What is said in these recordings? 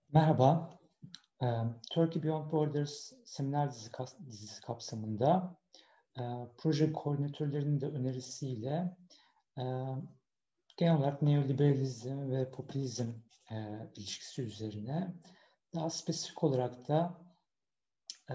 Merhaba, Turkey Beyond Borders seminer dizisi kapsamında proje koordinatörlerinin de önerisiyle e, genel olarak neoliberalizm ve popülizm ilişkisi üzerine daha spesifik olarak da e,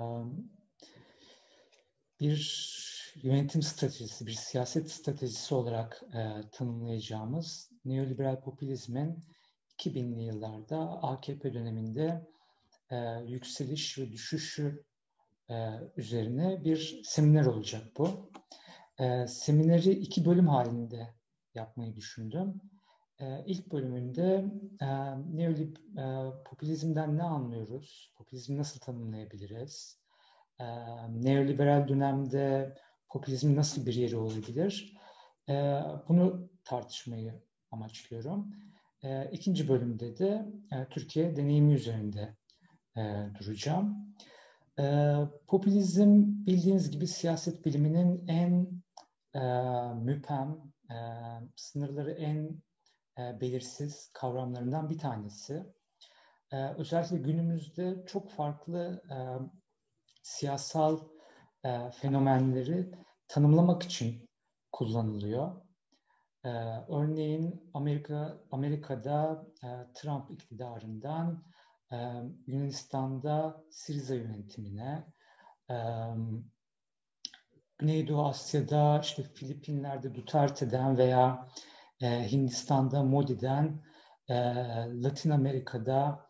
bir yönetim stratejisi, bir siyaset stratejisi olarak tanımlayacağımız neoliberal popülizmin 2000'li yıllarda AKP döneminde yükseliş ve düşüşü üzerine bir seminer olacak bu. Semineri 2 bölüm halinde yapmayı düşündüm. İlk bölümünde popülizmden ne anlıyoruz? Popülizmi nasıl tanımlayabiliriz? Neoliberal dönemde popülizmin nasıl bir yeri olabilir? Bunu tartışmayı amaçlıyorum. İkinci bölümde de Türkiye deneyimi üzerinde duracağım. Popülizm bildiğiniz gibi siyaset biliminin en müphem, sınırları en belirsiz kavramlarından bir tanesi. Özellikle günümüzde çok farklı siyasal fenomenleri tanımlamak için kullanılıyor. Örneğin Amerika'da Trump iktidarından Yunanistan'da Siriza yönetimine, Güneydoğu Asya'da işte Filipinler'de Duterte'den veya Hindistan'da Modi'den, Latin Amerika'da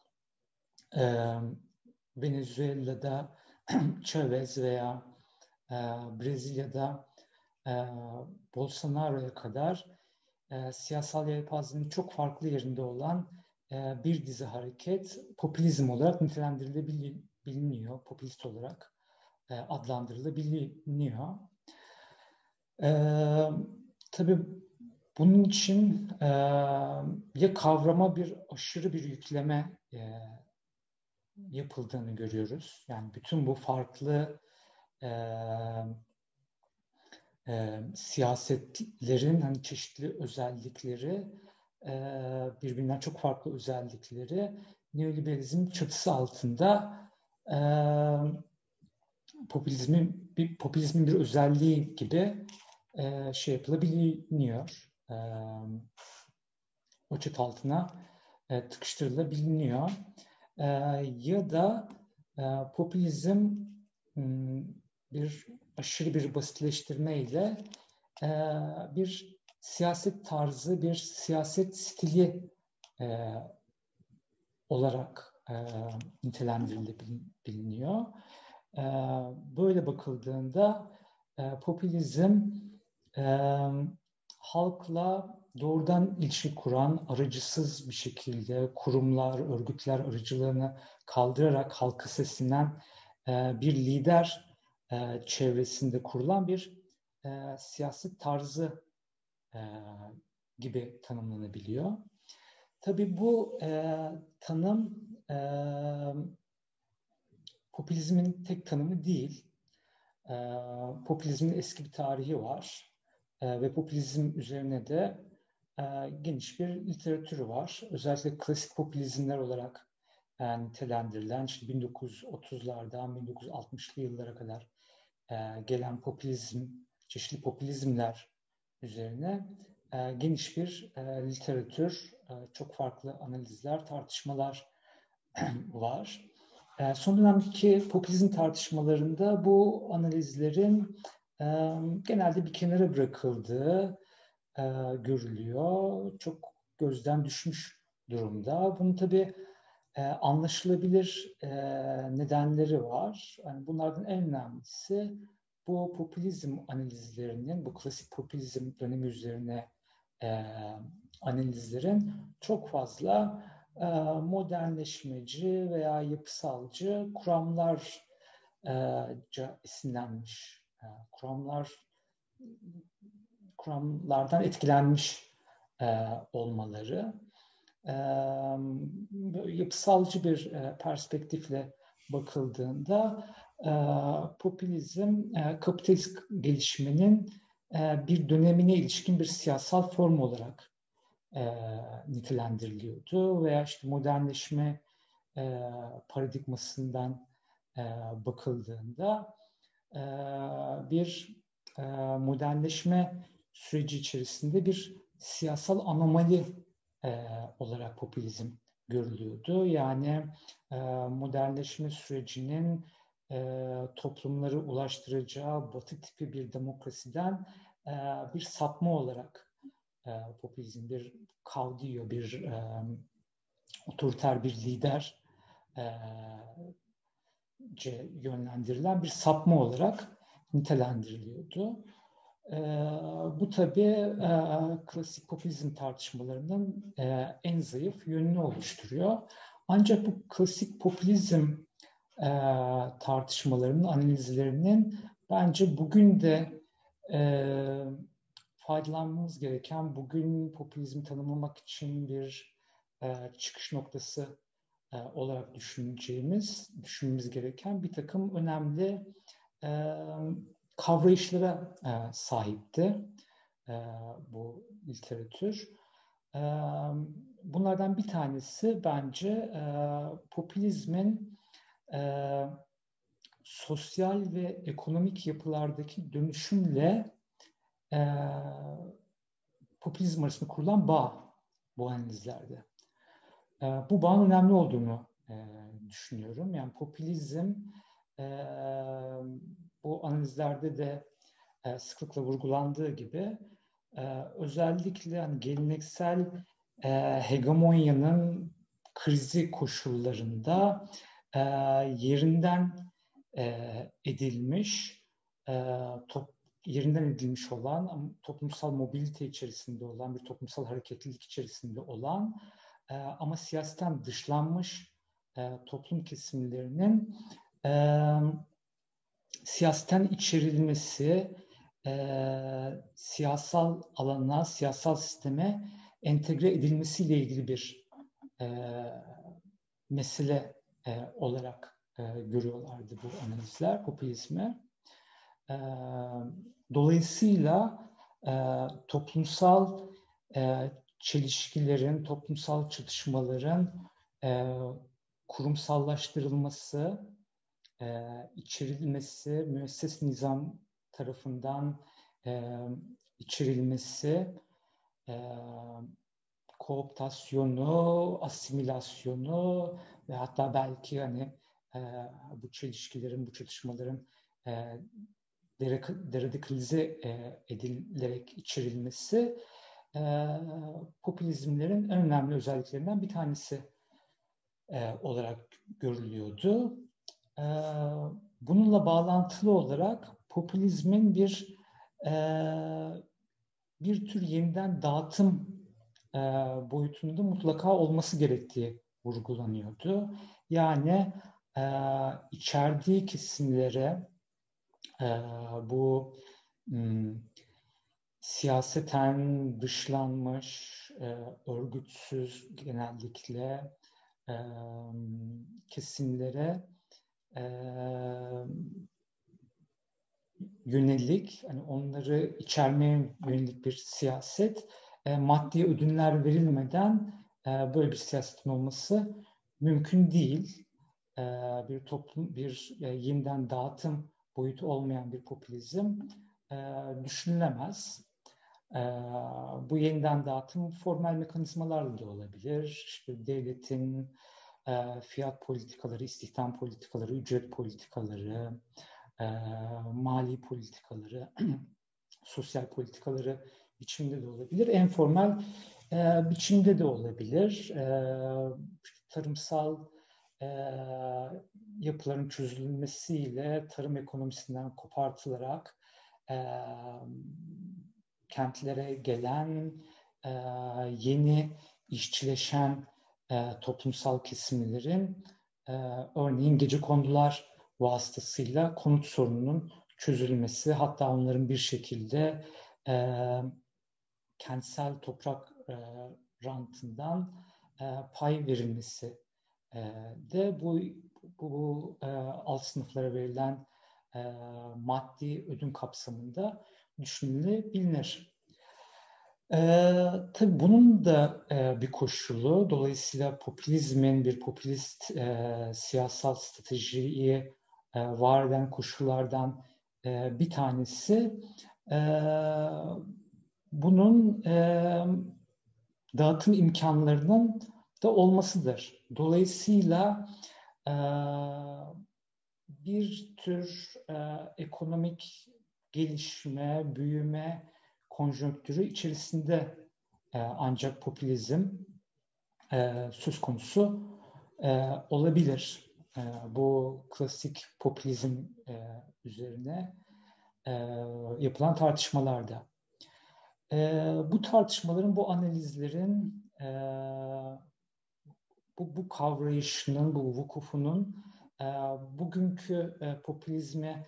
Venezuela'da Chavez veya Brezilya'da Bolsonaro'ya kadar siyasal yelpazenin çok farklı yerinde olan bir dizi hareket popülizm olarak nitelendirilebiliyor, popülist olarak adlandırılabiliyor. Tabii bunun için ya kavrama aşırı bir yükleme yapıldığını görüyoruz. Yani bütün bu farklı siyasetlerin hani çeşitli özellikleri, birbirinden çok farklı özellikleri neoliberalizm çatısı altında popülizmin bir özelliği gibi şey yapılabiliyor. O çatı altına tıkıştırılabiliyor. Ya da popülizm aşırı bir basitleştirme ile bir siyaset tarzı, bir siyaset stili olarak nitelendirilebiliyor. Böyle bakıldığında popülizm halkla doğrudan ilişki kuran, aracısız bir şekilde kurumlar, örgütler aracılığını kaldırarak halkı sesinden bir lider çevresinde kurulan bir siyaset tarzı gibi tanımlanabiliyor. Tabii bu tanım popülizmin tek tanımı değil. Popülizmin eski bir tarihi var ve popülizm üzerine de geniş bir literatürü var. Özellikle klasik popülizmler olarak nitelendirilen işte 1930'lardan 1960'lı yıllara kadar gelen çeşitli popülizmler üzerine geniş bir literatür, çok farklı analizler, tartışmalar var. Son dönemdeki popülizm tartışmalarında bu analizlerin genelde bir kenara bırakıldığı görülüyor. Çok gözden düşmüş durumda. Bunun tabii anlaşılabilir nedenleri var. Yani bunlardan en önemlisi bu popülizm analizlerinin, bu klasik popülizm dönemi üzerine analizlerin çok fazla modernleşmeci veya yapısalcı kuramlarca esinlenmiş, kuramlardan etkilenmiş olmaları. Yapısalcı bir perspektifle bakıldığında popülizm kapitalist gelişmenin bir dönemine ilişkin bir siyasal form olarak nitelendiriliyordu veya işte modernleşme paradigmasından bakıldığında bir modernleşme süreci içerisinde bir siyasal anomali olarak popülizm görülüyordu. Yani modernleşme sürecinin toplumları ulaştıracağı Batı tipi bir demokrasiden bir sapma olarak popülizm, bir caudillo, bir otoriter bir lider yönlendirilen bir sapma olarak nitelendiriliyordu. Bu tabii klasik popülizm tartışmalarının en zayıf yönünü oluşturuyor. Ancak bu klasik popülizm tartışmalarının, analizlerinin bence bugün de faydalanmamız gereken, bugün popülizmi tanımlamak için bir çıkış noktası olarak düşünmemiz gereken bir takım önemli kavrayışlara sahipti bu literatür. Bunlardan bir tanesi bence popülizmin sosyal ve ekonomik yapılardaki dönüşümle popülizm arasında kurulan bağ bu analizlerde. Bu bağın önemli olduğunu düşünüyorum. Yani popülizm bu analizlerde de sıklıkla vurgulandığı gibi özellikle hani geleneksel hegemonyanın krizi koşullarında yerinden edilmiş olan toplumsal mobilite içerisinde olan bir toplumsal hareketlilik içerisinde olan ama siyasetten dışlanmış toplum kesimlerinin siyasetten içerilmesi, siyasal alana, siyasal sisteme entegre edilmesiyle ilgili bir mesele olarak görüyorlardı bu analizler, popülizmi. Dolayısıyla toplumsal çelişkilerin, toplumsal çatışmaların kurumsallaştırılması, içerilmesi, müesses nizam tarafından içerilmesi, kooptasyonu, asimilasyonu ve hatta belki hani bu çelişkilerin, bu çatışmaların deradikalize edilerek içerilmesi popülizmlerin en önemli özelliklerinden bir tanesi olarak görülüyordu. Bununla bağlantılı olarak popülizmin bir tür yeniden dağıtım boyutunda mutlaka olması gerektiği vurgulanıyordu. Yani içerdiği kesimlere bu siyaseten dışlanmış, örgütsüz genellikle kesimlere yönelik, hani onları içermeye yönelik bir siyaset, maddi ödünler verilmeden böyle bir siyasetin olması mümkün değil. Bir toplum, bir yeniden dağıtım boyutu olmayan bir popülizm düşünülemez. Bu yeniden dağıtım formel mekanizmalarla da olabilir. İşte devletin fiyat politikaları, istihdam politikaları, ücret politikaları, mali politikaları, sosyal politikaları biçimde de olabilir. En formal biçimde de olabilir. Tarımsal yapıların çözülmesiyle tarım ekonomisinden kopartılarak kentlere gelen yeni işçileşen toplumsal kesimlerin örneğin gecekondular vasıtasıyla konut sorununun çözülmesi, hatta onların bir şekilde kentsel toprak rantından pay verilmesi de bu alt sınıflara verilen maddi ödün kapsamında düşünülebilir. Tabii bunun da bir koşulu. Dolayısıyla popülizmin, bir popülist siyasal stratejiyi var eden koşullardan bir tanesi e, bunun dağıtım imkanlarının da olmasıdır. Dolayısıyla e, bir tür ekonomik gelişme, büyüme konjonktürü içerisinde ancak popülizm söz konusu olabilir. Bu klasik popülizm üzerine e, yapılan tartışmalarda. Bu tartışmaların, bu analizlerin, bu kavrayışının, bu vukufunun bugünkü popülizmi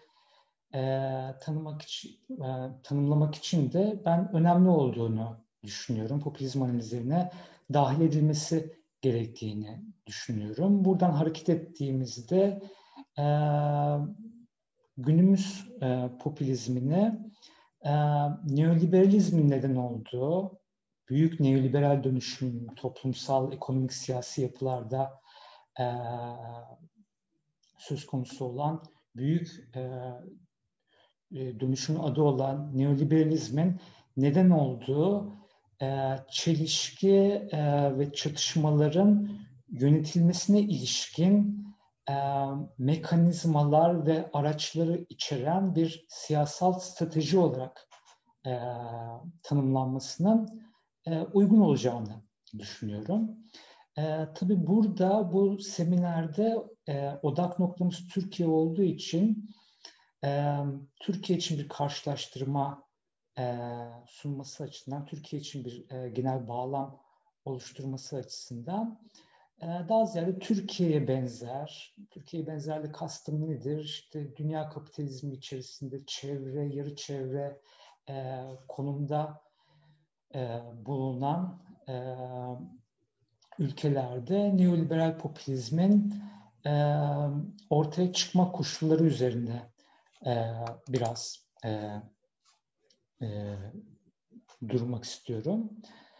tanımlamak için de ben önemli olduğunu düşünüyorum. Popülizm analizlerine dahil edilmesi gerektiğini düşünüyorum. Buradan hareket ettiğimizde günümüz popülizmine neoliberalizmin neden olduğu, büyük neoliberal dönüşüm, toplumsal, ekonomik, siyasi yapılarda söz konusu olan büyük dönüşümün adı olan neoliberalizmin neden olduğu çelişki ve çatışmaların yönetilmesine ilişkin mekanizmalar ve araçları içeren bir siyasal strateji olarak tanımlanmasının uygun olacağını düşünüyorum. Tabii burada bu seminerde odak noktamız Türkiye olduğu için Türkiye için bir karşılaştırma sunması açısından, Türkiye için bir genel bağlam oluşturması açısından daha ziyade Türkiye'ye benzer, Türkiye'ye benzerlik kastım nedir? İşte dünya kapitalizmi içerisinde çevre, yarı çevre konumda bulunan ülkelerde neoliberal popülizmin ortaya çıkma koşulları üzerinde biraz durmak istiyorum.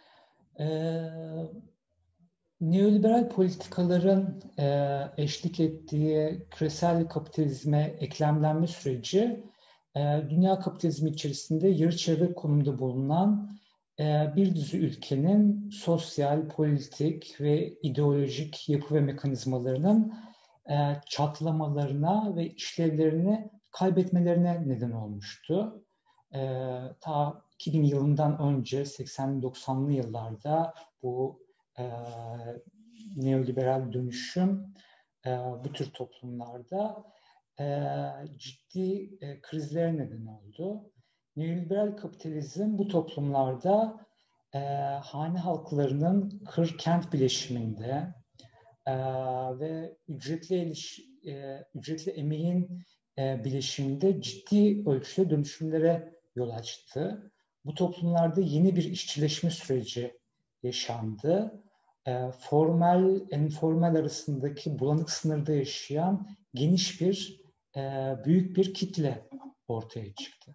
Neoliberal politikaların eşlik ettiği küresel kapitalizme eklemlenme süreci dünya kapitalizmi içerisinde yarı çevre konumda bulunan bir dizi ülkenin sosyal, politik ve ideolojik yapı ve mekanizmalarının çatlamalarına ve işlevlerini kaybetmelerine neden olmuştu. Ta 2000 yılından önce 80-90'lı yıllarda bu neoliberal dönüşüm bu tür toplumlarda ciddi krizlere neden oldu. Neoliberal kapitalizm bu toplumlarda hane halklarının kır-kent bileşiminde ve ücretli emeğin bileşiminde ciddi ölçüde dönüşümlere yol açtı. Bu toplumlarda yeni bir işçileşme süreci yaşandı. Formal, informal arasındaki bulanık sınırda yaşayan geniş bir, büyük bir kitle ortaya çıktı.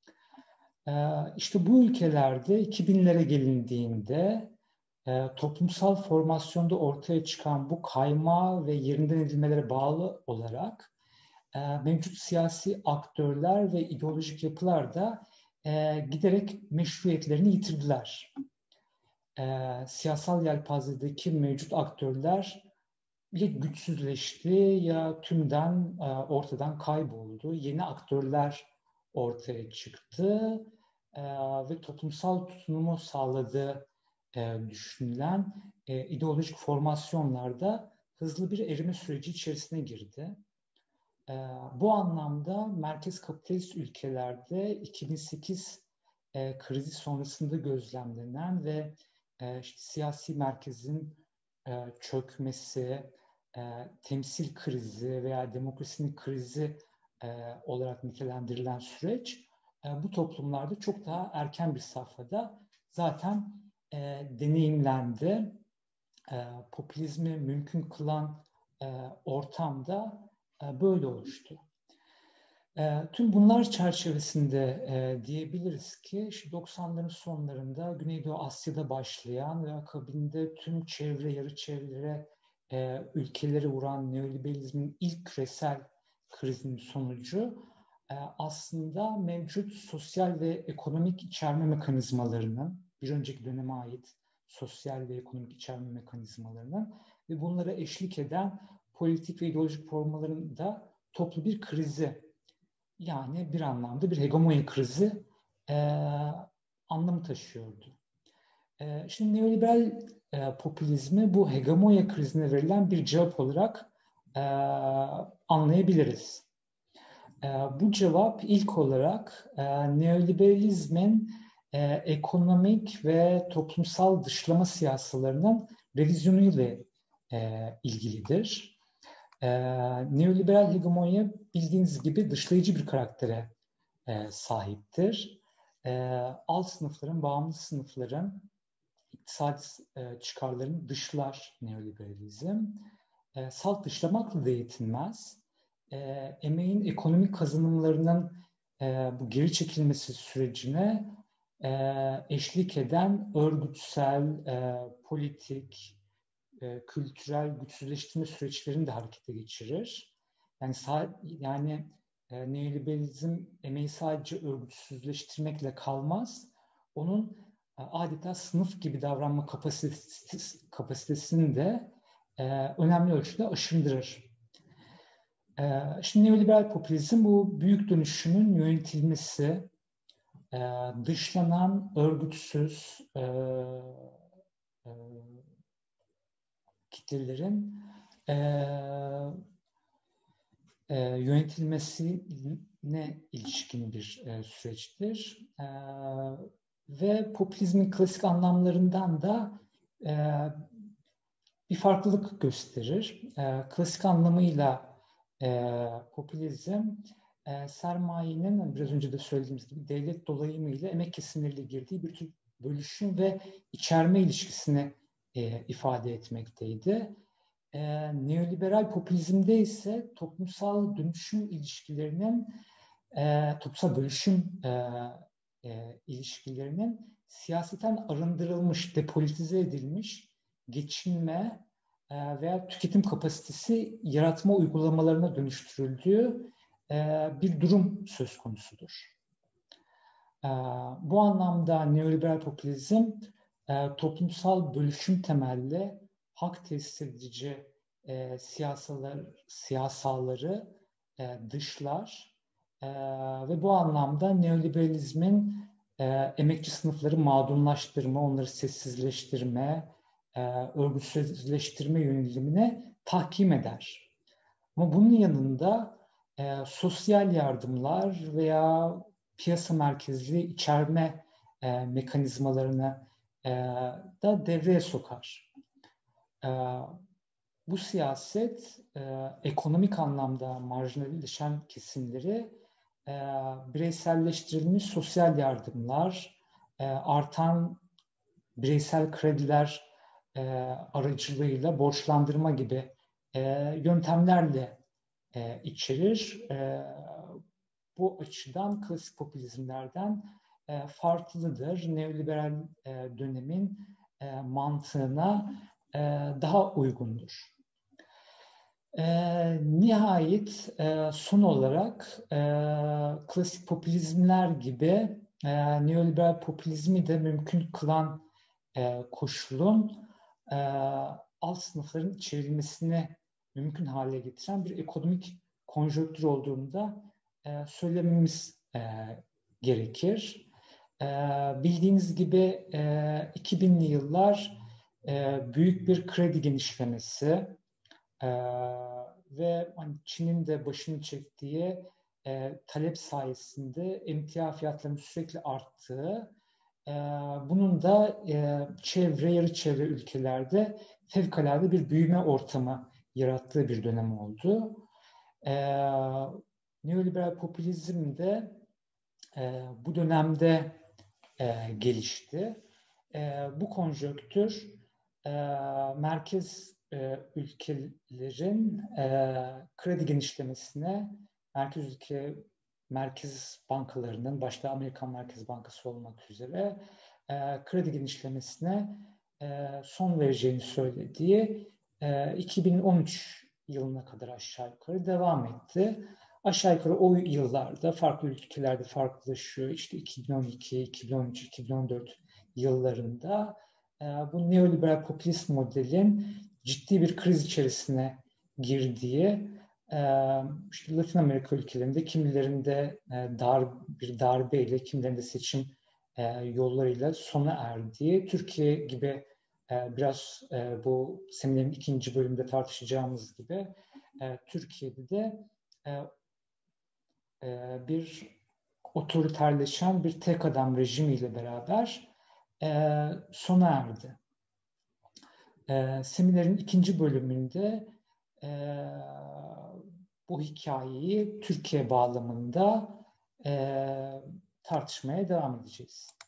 İşte bu ülkelerde 2000'lere gelindiğinde toplumsal formasyonda ortaya çıkan bu kayma ve yerinden edilmelere bağlı olarak mevcut siyasi aktörler ve ideolojik yapılar da giderek meşruiyetlerini yitirdiler. Siyasal yelpazedeki mevcut aktörler ya güçsüzleşti ya tümden ortadan kayboldu. Yeni aktörler ortaya çıktı ve toplumsal tutunumu sağladığı düşünülen ideolojik formasyonlarda hızlı bir erime süreci içerisine girdi. Bu anlamda merkez kapitalist ülkelerde 2008 krizi sonrasında gözlemlenen ve işte siyasi merkezin çökmesi, temsil krizi veya demokrasinin krizi olarak nitelendirilen süreç bu toplumlarda çok daha erken bir safhada zaten deneyimlendi. Popülizmi mümkün kılan ortamda böyle oluştu. Tüm bunlar çerçevesinde diyebiliriz ki işte 90'ların sonlarında Güneydoğu Asya'da başlayan ve akabinde tüm çevre, yarı çevre ülkeleri vuran neoliberalizmin ilk küresel krizinin sonucu aslında mevcut sosyal ve ekonomik içerme mekanizmalarının, bir önceki döneme ait sosyal ve ekonomik içerme mekanizmalarının ve bunlara eşlik eden politik ve ideolojik formaların da toplu bir krizi, yani bir anlamda bir hegemonya krizi e, anlamı taşıyordu. Şimdi neoliberal popülizmi bu hegemonya krizine verilen bir cevap olarak anlayabiliriz. Bu cevap ilk olarak neoliberalizmin ekonomik ve toplumsal dışlama siyasalarının revizyonu ile ilgilidir. Neoliberal hegemonya bildiğiniz gibi dışlayıcı bir karaktere sahiptir. Alt sınıfların, bağımlı sınıfların iktisadi çıkarlarını dışlar neoliberalizm. Salt dışlamakla da yetinmez. Emeğin ekonomik kazanımlarının bu geri çekilmesi sürecine eşlik eden örgütsel, politik, kültürel güçsüzleştirme süreçlerini de harekete geçirir. Yani neoliberalizm emeği sadece örgütsüzleştirmekle kalmaz. Onun adeta sınıf gibi davranma kapasitesini de önemli ölçüde aşındırır. Şimdi neoliberal popülizm bu büyük dönüşümün yönetilmesi, dışlanan, örgütsüz kitlelerin yönetilmesine ilişkin bir süreçtir. Ve popülizmin klasik anlamlarından da bir farklılık gösterir. Klasik anlamıyla popülizm sermayenin biraz önce de söylediğimiz gibi devlet dolayımıyla emek kesimleriyle girdiği bir tür bölüşüm ve içerme ilişkisini ifade etmekteydi. Neoliberal popülizmde ise toplumsal dönüşüm ilişkilerinin, toplumsal bölüşüm ilişkilerinin siyaseten arındırılmış, depolitize edilmiş geçinme veya tüketim kapasitesi yaratma uygulamalarına dönüştürüldüğü bir durum söz konusudur. Bu anlamda neoliberal popülizm toplumsal bölüşüm temelli hak tesis edici siyasalları dışlar ve bu anlamda neoliberalizmin emekçi sınıfları mağdurlaştırma, onları sessizleştirme, örgütsüzleştirme yönelimine tahkim eder. Ama bunun yanında sosyal yardımlar veya piyasa merkezli içerme mekanizmalarını da devreye sokar. Bu siyaset ekonomik anlamda marjinalleşen kesimleri bireyselleştirilmiş sosyal yardımlar, artan bireysel krediler aracılığıyla borçlandırma gibi yöntemlerle içerir. Bu açıdan klasik popülizmlerden farklıdır. Neoliberal dönemin mantığına daha uygundur. Nihayet son olarak klasik popülizmler gibi neoliberal popülizmi de mümkün kılan koşulun alt sınıfların içerilmesini mümkün hale getiren bir ekonomik konjonktür olduğunu da söylememiz gerekir. Bildiğiniz gibi 2000'li yıllar büyük bir kredi genişlemesi ve Çin'in de başını çektiği talep sayesinde emtia fiyatlarının sürekli arttığı, bunun da çevre, yarı çevre ülkelerde fevkalade bir büyüme ortamı yarattığı bir dönem oldu. Neoliberal popülizm de bu dönemde gelişti. Bu konjonktür merkez ülkelerin kredi genişlemesine, merkez ülke merkez bankalarının, başta Amerikan Merkez Bankası olmak üzere kredi genişlemesine son vereceğini söylediği 2013 yılına kadar aşağı yukarı devam etti. Aşağı yukarı o yıllarda farklı ülkelerde farklılaşıyor. İşte 2012, 2013, 2014 yıllarında bu neoliberal popülist modelin ciddi bir kriz içerisine girdiği, işte Latin Amerika ülkelerinde kimilerinde bir darbeyle, kimilerinde seçim yollarıyla sona erdiği, Türkiye gibi biraz bu seminerin ikinci bölümde tartışacağımız gibi Türkiye'de de bir otoriterleşen bir tek adam rejimiyle beraber sona erdi. Seminerin ikinci bölümünde bu hikayeyi Türkiye bağlamında tartışmaya devam edeceğiz.